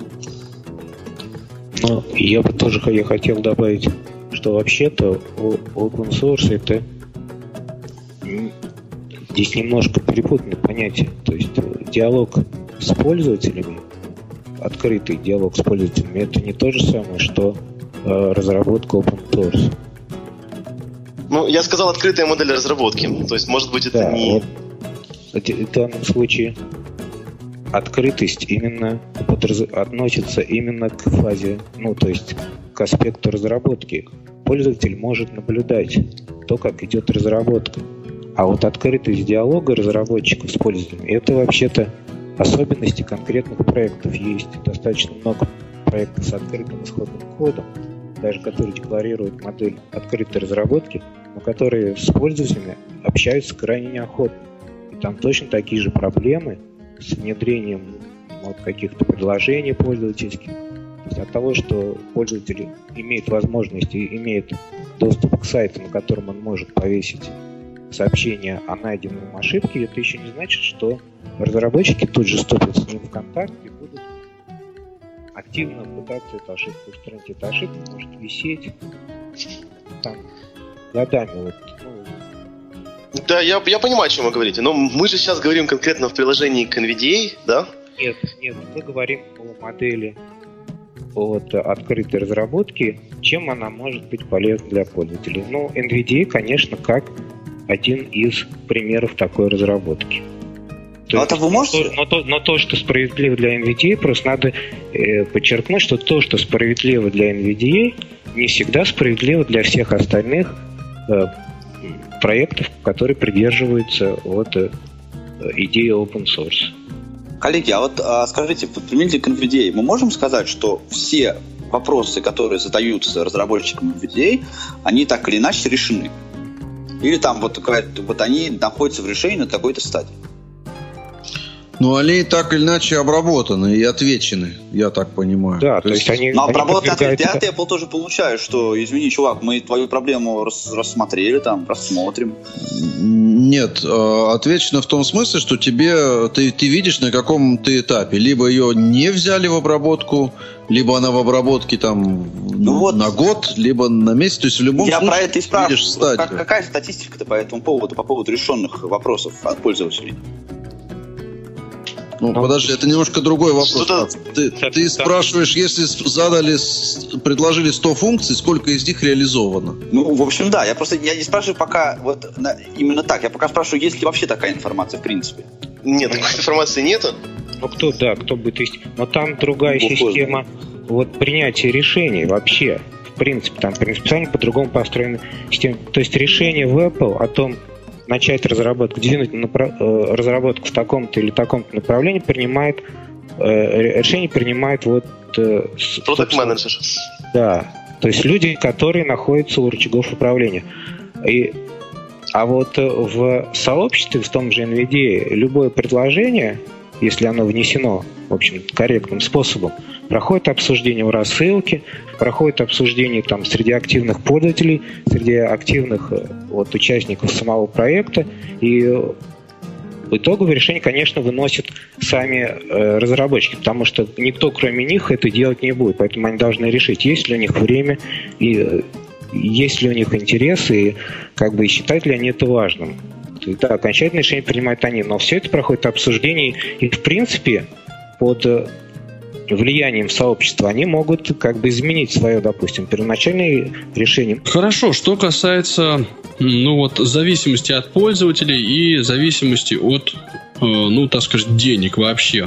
Ну, я бы тоже я хотел добавить, что вообще-то open source это здесь немножко перепутанное понятие. То есть диалог с пользователями, открытый диалог с пользователями, это не то же самое, что э, разработка open source. Ну, я сказал открытая модель разработки. То есть, может быть, это да, не... Вот в данном случае открытость именно подраз... относится именно к фазе, ну, то есть к аспекту разработки. Пользователь может наблюдать то, как идет разработка. А вот открытость диалога разработчиков с пользователями, это вообще-то особенности конкретных проектов. Есть достаточно много проектов с открытым исходным кодом, даже которые декларируют модель открытой разработки, но которые с пользователями общаются крайне неохотно. И там точно такие же проблемы с внедрением вот, каких-то приложений пользовательских. То есть от того, что пользователь имеет возможность и имеет доступ к сайту, на котором он может повесить сообщение о найденном ошибке, это еще не значит, что разработчики тут же вступят с ним в контакт и будут активно пытаться эту ошибку устранить. Эта ошибка может висеть там годами. Вот, ну. Да, я, я понимаю, о чем вы говорите, но мы же сейчас говорим конкретно в приложении к эн ви ди эй, да? Нет, нет, мы говорим о модели от открытой разработки, чем она может быть полезна для пользователей. Ну, эн ви ди эй, конечно, как один из примеров такой разработки. То но, есть, вы можете... но, то, но то, что справедливо для эн ви ди эй, просто надо э, подчеркнуть, что то, что справедливо для эн ви ди эй, не всегда справедливо для всех остальных э, проектов, которые придерживаются от э, идеи open source. Коллеги, а вот а, скажите, применительно к эн ви ди эй, мы можем сказать, что все вопросы, которые задаются разработчикам эн ви ди эй, они так или иначе решены? Или там вот, вот они находятся в решении на какой-то стадии? Ну, они так или иначе обработаны и отвечены, я так понимаю. Да, то, то есть, есть они... Но обработанные ответы от Apple тоже получают, что, извини, чувак, мы твою проблему рас- рассмотрели, там, рассмотрим. Нет, отвечено в том смысле, что тебе, ты, ты видишь, на каком ты этапе. Либо ее не взяли в обработку, либо она в обработке там ну вот, на год, либо на месяц. То есть в любом я случае про это и спрашиваю. Видишь стадию. Как, какая статистика-то по этому поводу, по поводу решенных вопросов от пользователей? Ну, ну, подожди, это немножко другой вопрос. Ты, ты спрашиваешь, если задали, предложили сто функций, сколько из них реализовано? Ну, в общем, да. Я просто я не спрашиваю пока вот на, именно так. Я пока спрашиваю, есть ли вообще такая информация в принципе. Нет, такой информации нету. Ну, кто, да, кто будет есть. Но там другая Глубоко. система вот принятие решений вообще, в принципе, там принципиально по-другому построена система. То есть решение в Apple о том, начать разработку, двинуть направ... разработку в таком-то или таком-то направлении, принимает э, решение принимает вот э, продакт-менеджер. Да, то есть люди, которые находятся у рычагов управления. И, а вот в сообществе, в том же эн ви ди эй, любое предложение, если оно внесено, в общем, корректным способом, проходит обсуждение в рассылке, проходит обсуждение там среди активных пользователей, среди активных вот, участников самого проекта, и итоговое решение, конечно, выносят сами э, разработчики, потому что никто, кроме них, это делать не будет, поэтому они должны решить, есть ли у них время, и э, есть ли у них интересы, и как бы и считают ли они это важным. Да, окончательное решение принимают они, но все это проходит обсуждение, и в принципе под влиянием сообщества они могут как бы изменить свое, допустим, первоначальное решение. Хорошо, что касается, ну вот, зависимости от пользователей и зависимости от, ну, так сказать, денег вообще.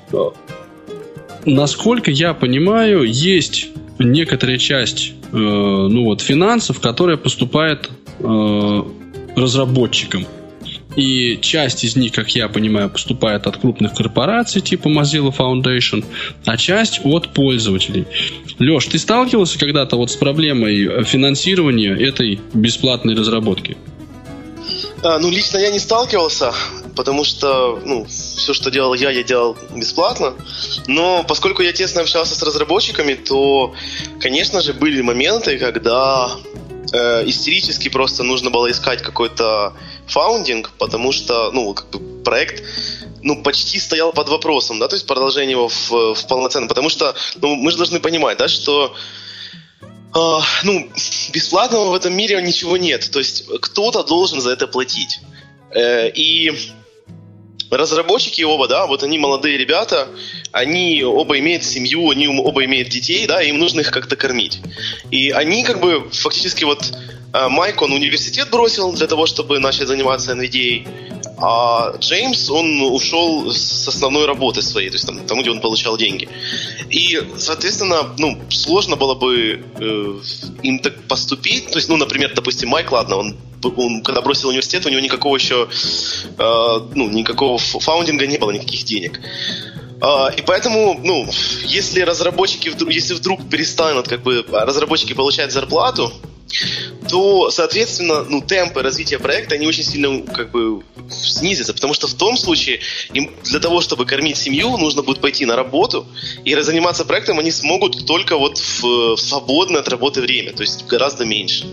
Насколько я понимаю, есть некоторая часть, ну вот, финансов, которая поступает разработчикам. И часть из них, как я понимаю, поступает от крупных корпораций типа Mozilla Foundation, а часть от пользователей. Леш, ты сталкивался когда-то вот с проблемой финансирования этой бесплатной разработки? А, ну, лично я не сталкивался, потому что, ну, все, что делал я, я делал бесплатно. Но поскольку я тесно общался с разработчиками, то, конечно же, были моменты, когда э, истерически просто нужно было искать какой-то фаундинг, потому что, ну, как бы проект, ну, почти стоял под вопросом, да, то есть продолжение его в, в полноценном, потому что, ну, мы же должны понимать, да, что, э, ну, бесплатного в этом мире ничего нет, то есть кто-то должен за это платить, э, и разработчики оба, да, вот они молодые ребята, они оба имеют семью, они оба имеют детей, да, и им нужно их как-то кормить, и они как бы фактически вот Майк, он университет бросил для того, чтобы начать заниматься эн ви ди эй, а Джеймс, он ушел с основной работы своей, то есть там, там где он получал деньги. И, соответственно, ну, сложно было бы э, им так поступить. То есть, ну, например, допустим, Майк, ладно, он, он когда бросил университет, у него никакого еще, э, ну, никакого фаундинга не было, никаких денег. Uh, и поэтому, ну, если разработчики, если вдруг перестанут, как бы, разработчики получать зарплату, то, соответственно, ну, темпы развития проекта, они очень сильно, как бы, снизятся, потому что в том случае им для того, чтобы кормить семью, нужно будет пойти на работу, и заниматься проектом они смогут только вот в, в свободное от работы время, то есть гораздо меньше.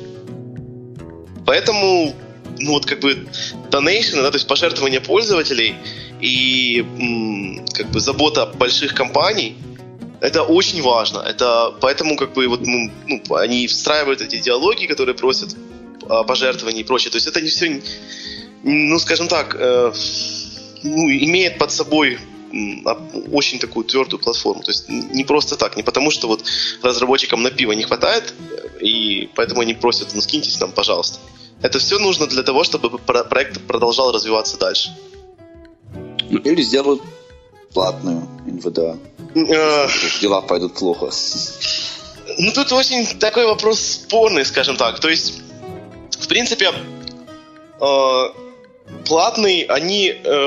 Поэтому, ну, вот, как бы, donation, да, то есть пожертвования пользователей и м, как бы забота больших компаний, это очень важно. Это поэтому как бы вот ну, они встраивают эти диалоги, которые просят пожертвований и прочее. То есть это не все, ну скажем так, э, ну, имеет под собой очень такую твердую платформу. То есть не просто так, не потому что вот разработчикам на пиво не хватает, и поэтому они просят, ну скиньтесь нам, пожалуйста. Это все нужно для того, чтобы проект продолжал развиваться дальше. Или сделают платную эн ви ди эй. Дела пойдут плохо. Ну, тут очень такой вопрос спорный, скажем так. То есть, в принципе, э, платный, они, э,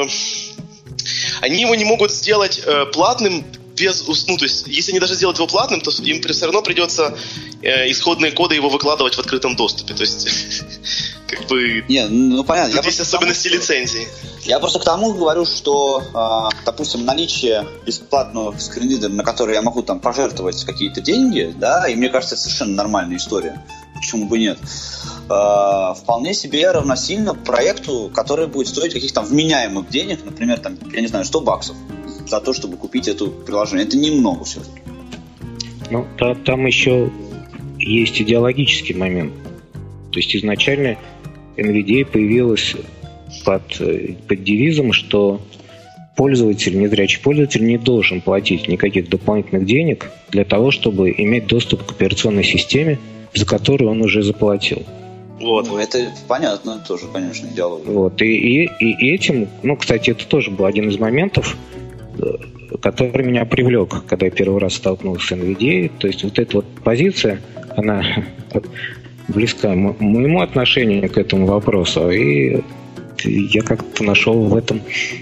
они его не могут сделать э, платным без, ну, то есть, если они даже сделают его платным, то им все равно придется э, исходные коды его выкладывать в открытом доступе. То есть, как бы... Не, ну понятно. Тут есть особенности лицензии. Я просто к тому говорю, что, э, допустим, наличие бесплатного скринридера, на который я могу там пожертвовать какие-то деньги, да, и мне кажется, это совершенно нормальная история. Почему бы нет? Э, вполне себе равносильно проекту, который будет стоить каких-то там вменяемых денег, например, там, я не знаю, сто баксов за то, чтобы купить это приложение. Это немного все-таки. Ну, та, там еще есть идеологический момент. То есть изначально эн ви ди эй появилась под, под девизом, что пользователь, незрячий пользователь не должен платить никаких дополнительных денег для того, чтобы иметь доступ к операционной системе, за которую он уже заплатил. Вот. Ну, это понятно, тоже, конечно, идеология. Вот. И, и, и этим, ну, кстати, это тоже был один из моментов, который меня привлек, когда я первый раз столкнулся с эн ви ди эй. То есть вот эта вот позиция, она близка моему отношению к этому вопросу, и я как-то нашел в этом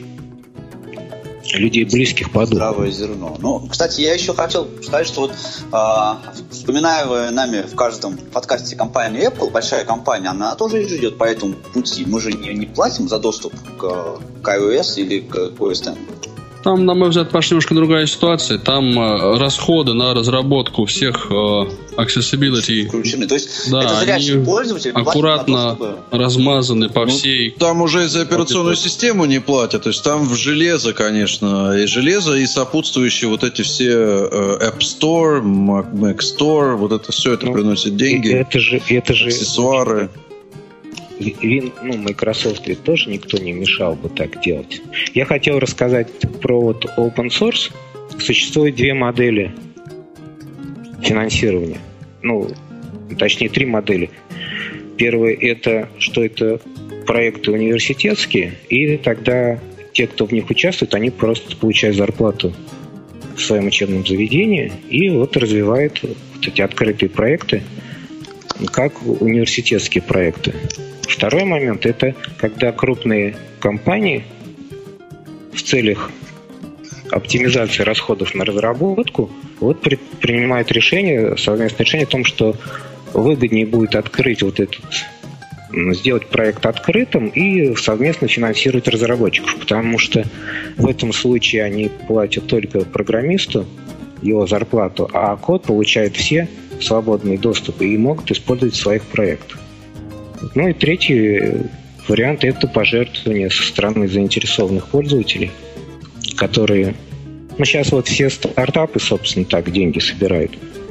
людей близких по духу. Здравое зерно. Ну, кстати, я еще хотел сказать, что вот э, вспоминая нами в каждом подкасте компанию Apple, большая компания, она тоже идет по этому пути. Мы же не, не платим за доступ к, к iOS или к, к о эс X. Там, на мой взгляд, Паш, немножко другая ситуация. Там э, расходы на разработку всех э, accessibility, включены. То есть да, это зрячий пользователь аккуратно то, чтобы... размазаны по ну, всей... Там уже и за операционную систему не платят. То есть там в железо, конечно, и железо, и сопутствующие вот эти все э, App Store, Mac Store, вот это все это ну, приносит деньги, это же, это же... аксессуары. Вин, ну, Microsoft ведь тоже никто не мешал бы так делать. Я хотел рассказать про вот open source. Существует две модели финансирования. Ну, точнее, три модели. Первая — это, что это проекты университетские, и тогда те, кто в них участвует, они просто получают зарплату в своем учебном заведении и вот развивают вот эти открытые проекты как университетские проекты. Второй момент — это когда крупные компании в целях оптимизации расходов на разработку вот при, принимают решение, совместное решение о том, что выгоднее будет открыть вот этот, сделать проект открытым и совместно финансировать разработчиков, потому что в этом случае они платят только программисту его зарплату, а код получают все свободный доступ и могут использовать в своих проектах. Ну и третий вариант — это пожертвования со стороны заинтересованных пользователей, которые... Ну, сейчас вот все стартапы, собственно, так деньги собирают.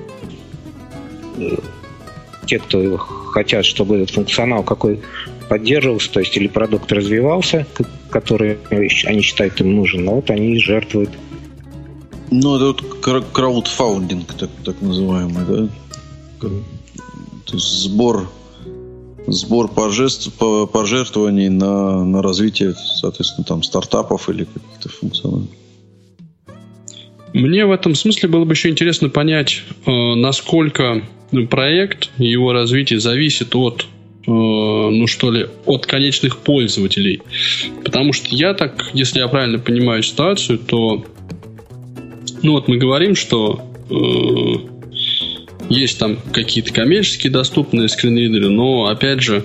Те, кто хотят, чтобы этот функционал какой поддерживался, то есть или продукт развивался, который они считают им нужен, но вот они жертвуют. Ну, это вот краудфаундинг, так, так называемый, да? То есть сбор... Сбор пожертв, пожертвований на, на развитие, соответственно, там, стартапов или каких-то функционалов. Мне в этом смысле было бы еще интересно понять, э, насколько проект и его развитие зависит от, э, ну что ли, от конечных пользователей. Потому что я так, если я правильно понимаю ситуацию, то, ну вот мы говорим, что э, есть там какие-то коммерческие доступные скринридеры, но, опять же,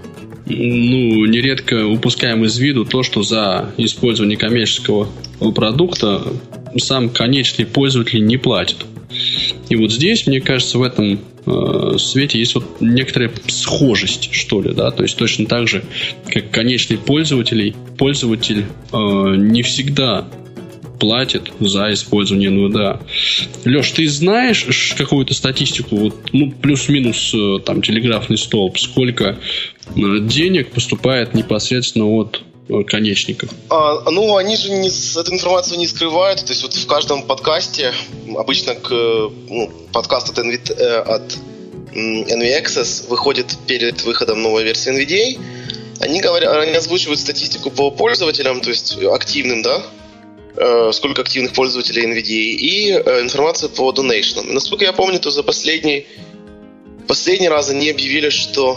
ну, нередко упускаем из виду то, что за использование коммерческого продукта сам конечный пользователь не платит. И вот здесь, мне кажется, в этом э, свете есть вот некоторая схожесть, что ли, да, то есть точно так же, как конечный пользователь, пользователь э, не всегда платит за использование эн ви ди эй. Леш, ты знаешь какую-то статистику, вот, ну, плюс-минус там телеграфный столб, сколько денег поступает непосредственно от конечников? А, ну, они же не, эту информацию не скрывают. То есть вот в каждом подкасте, обычно к, ну, подкаст от, эн ви, от эн ви Access выходит перед выходом новой версии эн ви ди эй. Они, говорят, они озвучивают статистику по пользователям, то есть активным, да, сколько активных пользователей эн ви ди эй, и э, информацию по донейшнам. Насколько я помню, то за последний, последний раз они объявили, что,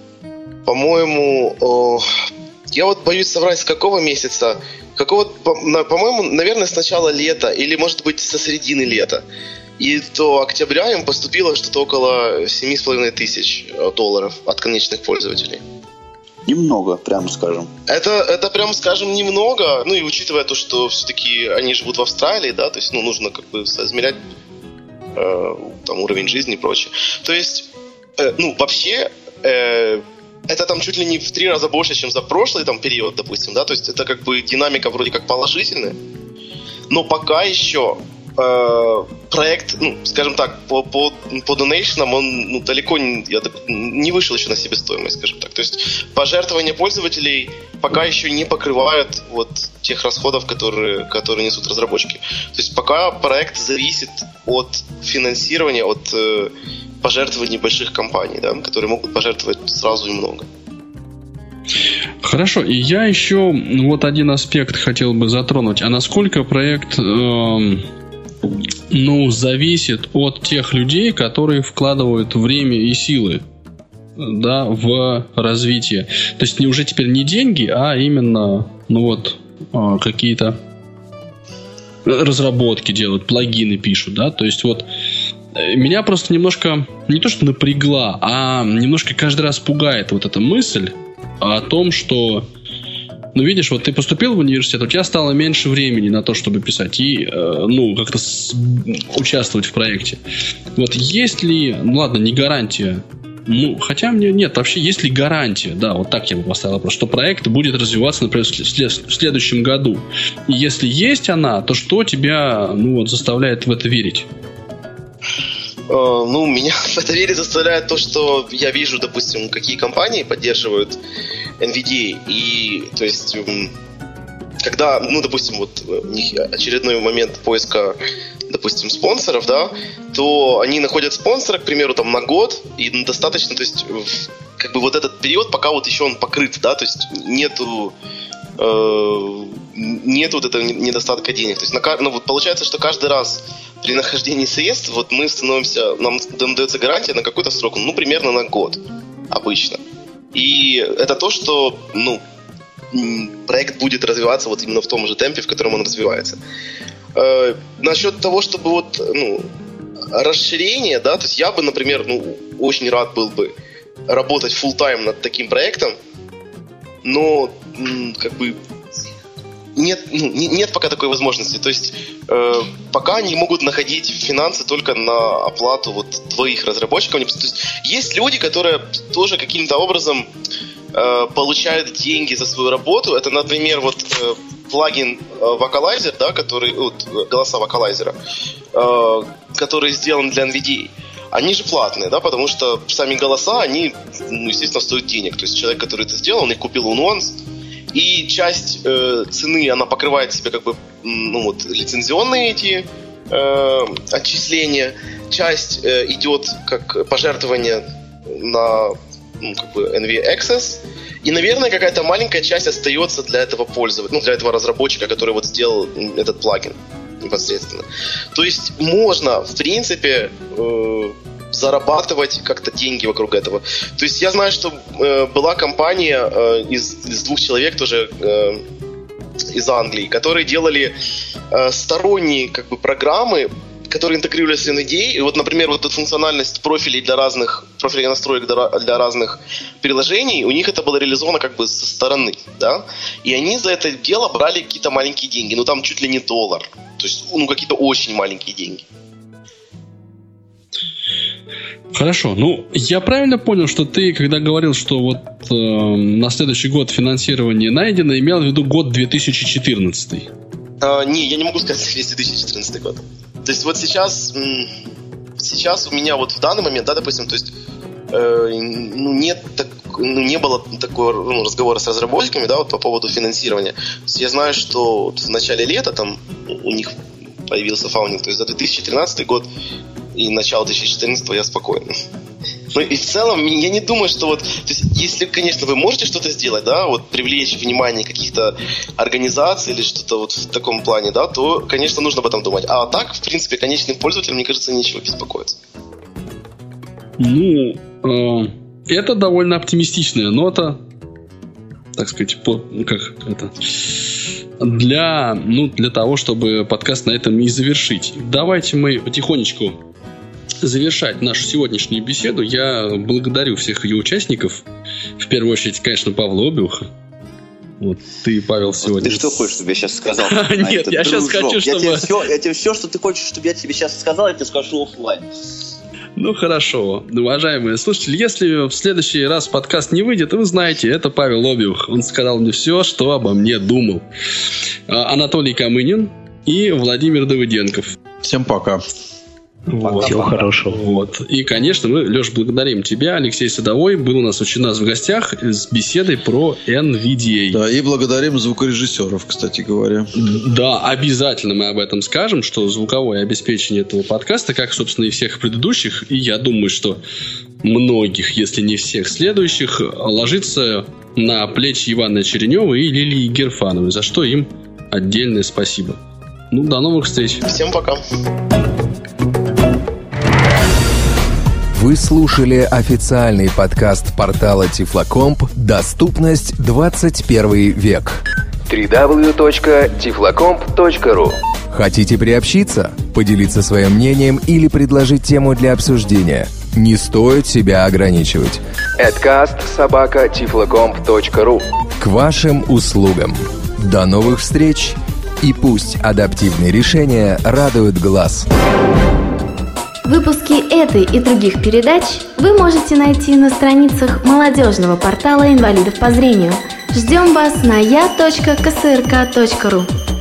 по-моему, э, я вот боюсь соврать, с какого месяца, какого, по, на, по-моему, наверное, с начала лета, или, может быть, со середины лета. И до октября им поступило что-то около семь с половиной тысяч долларов от конечных пользователей. Немного, прямо скажем. Это, это прямо скажем, немного. Ну и учитывая то, что все-таки они живут в Австралии, да, то есть, ну, нужно как бы соизмерять э, там уровень жизни и прочее. То есть, э, ну, вообще, э, это там чуть ли не в три раза больше, чем за прошлый там период, допустим, да, то есть это как бы динамика вроде как положительная, но пока еще э, проект, ну, скажем так, по, по, по донейшнам он, ну, далеко не, я, не вышел еще на себестоимость, скажем так. То есть пожертвования пользователей пока еще не покрывают вот тех расходов, которые, которые несут разработчики. То есть пока проект зависит от финансирования, от э, пожертвований больших компаний, да, которые могут пожертвовать сразу и много. Хорошо, и я еще вот один аспект хотел бы затронуть. А насколько проект, э, ну, зависит от тех людей, которые вкладывают время и силы, да, в развитие. То есть не уже теперь не деньги, а именно, ну вот, э, какие-то разработки делают, плагины пишут, да. То есть вот меня просто немножко, не то что напрягла, а немножко каждый раз пугает вот эта мысль о том, что, ну, видишь, вот ты поступил в университет, у тебя стало меньше времени на то, чтобы писать и, э, ну, как-то с, участвовать в проекте. Вот есть ли, ну, ладно, не гарантия, ну, хотя мне нет, вообще есть ли гарантия, да, вот так я бы поставил вопрос, что проект будет развиваться, например, в, след, в следующем году. И если есть она, то что тебя, ну, вот, заставляет в это верить? Ну, меня в это верить заставляет то, что я вижу, допустим, какие компании поддерживают эн ви ди эй. И, то есть, когда, ну, допустим, вот у них очередной момент поиска, допустим, спонсоров, да, то они находят спонсора, к примеру, там, на год, и достаточно, то есть, как бы вот этот период, пока вот еще он покрыт, да, то есть, нету э, нет вот этого недостатка денег. То есть, на, ну, вот получается, что каждый раз при нахождении средств вот мы становимся, нам, нам дается гарантия на какой-то срок, ну, примерно на год обычно. И это то, что, ну, проект будет развиваться вот именно в том же темпе, в котором он развивается. Э, насчет того, чтобы вот, ну, расширение, да, то есть я бы, например, ну, очень рад был бы работать full-time над таким проектом, но, как бы, нет, ну, нет пока такой возможности. То есть э, пока они могут находить финансы только на оплату вот двоих разработчиков. То есть есть люди, которые тоже каким-то образом э, получают деньги за свою работу. Это, например, вот э, плагин э, Vocalizer, да, который, вот, голоса Vocalizer, э, который сделан для эн ви ди эй. Они же платные, да, потому что сами голоса, они, ну, естественно, стоят денег. То есть человек, который это сделал, он их купил у нюанс. И часть э, цены, она покрывает себе как бы, ну, вот, лицензионные эти э, отчисления. Часть э, идет как пожертвование на, ну, как бы эн ви Access. И, наверное, какая-то маленькая часть остается для этого пользователя, ну, для этого разработчика, который вот сделал этот плагин непосредственно. То есть можно, в принципе, э, зарабатывать как-то деньги вокруг этого. То есть я знаю, что э, была компания э, из, из двух человек тоже э, из Англии, которые делали э, сторонние как бы программы, которые интегрировались в эн ви ди эй. И вот, например, вот эта функциональность профилей для разных профилей настроек для, для разных приложений, у них это было реализовано как бы со стороны, да. И они за это дело брали какие-то маленькие деньги, ну там чуть ли не доллар, то есть, ну, какие-то очень маленькие деньги. Хорошо, ну, я правильно понял, что ты, когда говорил, что вот э, на следующий год финансирование найдено, имел в виду год две тысячи четырнадцатый? А, не, я не могу сказать, если две тысячи четырнадцатый год. То есть вот сейчас, сейчас у меня вот в данный момент, да, допустим, то есть, э, ну, нет так, ну, не было такого, ну, разговора с разработчиками, да, вот по поводу финансирования. То есть я знаю, что вот в начале лета там у них появился фаундинг, то есть за две тысячи тринадцатый год и начало две тысячи четырнадцатого я спокоен. Ну и в целом я не думаю, что вот, то есть, если, конечно, вы можете что-то сделать, да, вот привлечь внимание каких-то организаций или что-то вот в таком плане, да, то, конечно, нужно об этом думать. А так, в принципе, конечным пользователям, мне кажется, нечего беспокоиться. Ну, э, это довольно оптимистичная нота, так сказать, по, ну как это, для, ну, для того, чтобы подкаст на этом и завершить. Давайте мы потихонечку завершать нашу сегодняшнюю беседу. Я благодарю всех ее участников. В первую очередь, конечно, Павла Обиуха. Вот ты, Павел, сегодня... Ты что хочешь, чтобы я сейчас сказал? Нет, я сейчас хочу, чтобы... Я тебе все, что ты хочешь, чтобы я тебе сейчас сказал, я тебе скажу офлайн. Ну, хорошо. Уважаемые слушатели, если в следующий раз подкаст не выйдет, вы знаете, это Павел Обиух. Он сказал мне все, что обо мне думал. Анатолий Камынин и Владимир Давыденков. Всем пока. Вот. Всего хорошего. Вот. И, конечно, мы, Леш, благодарим тебя. Алексей Садовой был у нас очень нас в гостях с беседой про эн ви ди эй. Да, и благодарим звукорежиссеров, кстати говоря. Да, обязательно мы об этом скажем, что звуковое обеспечение этого подкаста, как, собственно, и всех предыдущих, и я думаю, что многих, если не всех следующих, ложится на плечи Ивана Черенева и Лилии Герфановой, за что им отдельное спасибо. Ну, до новых встреч. Всем пока. Вы слушали официальный подкаст портала Тифлокомп «Доступность двадцать первый век». дабл ю дабл ю дабл ю точка тифлокомп точка ру. Хотите приобщиться, поделиться своим мнением или предложить тему для обсуждения? Не стоит себя ограничивать. эдкаст собака тифлокомп точка ру. К вашим услугам. До новых встреч, и пусть адаптивные решения радуют глаз. Выпуски этой и других передач вы можете найти на страницах молодежного портала инвалидов по зрению. Ждем вас на я точка ка эс эр ка точка ру.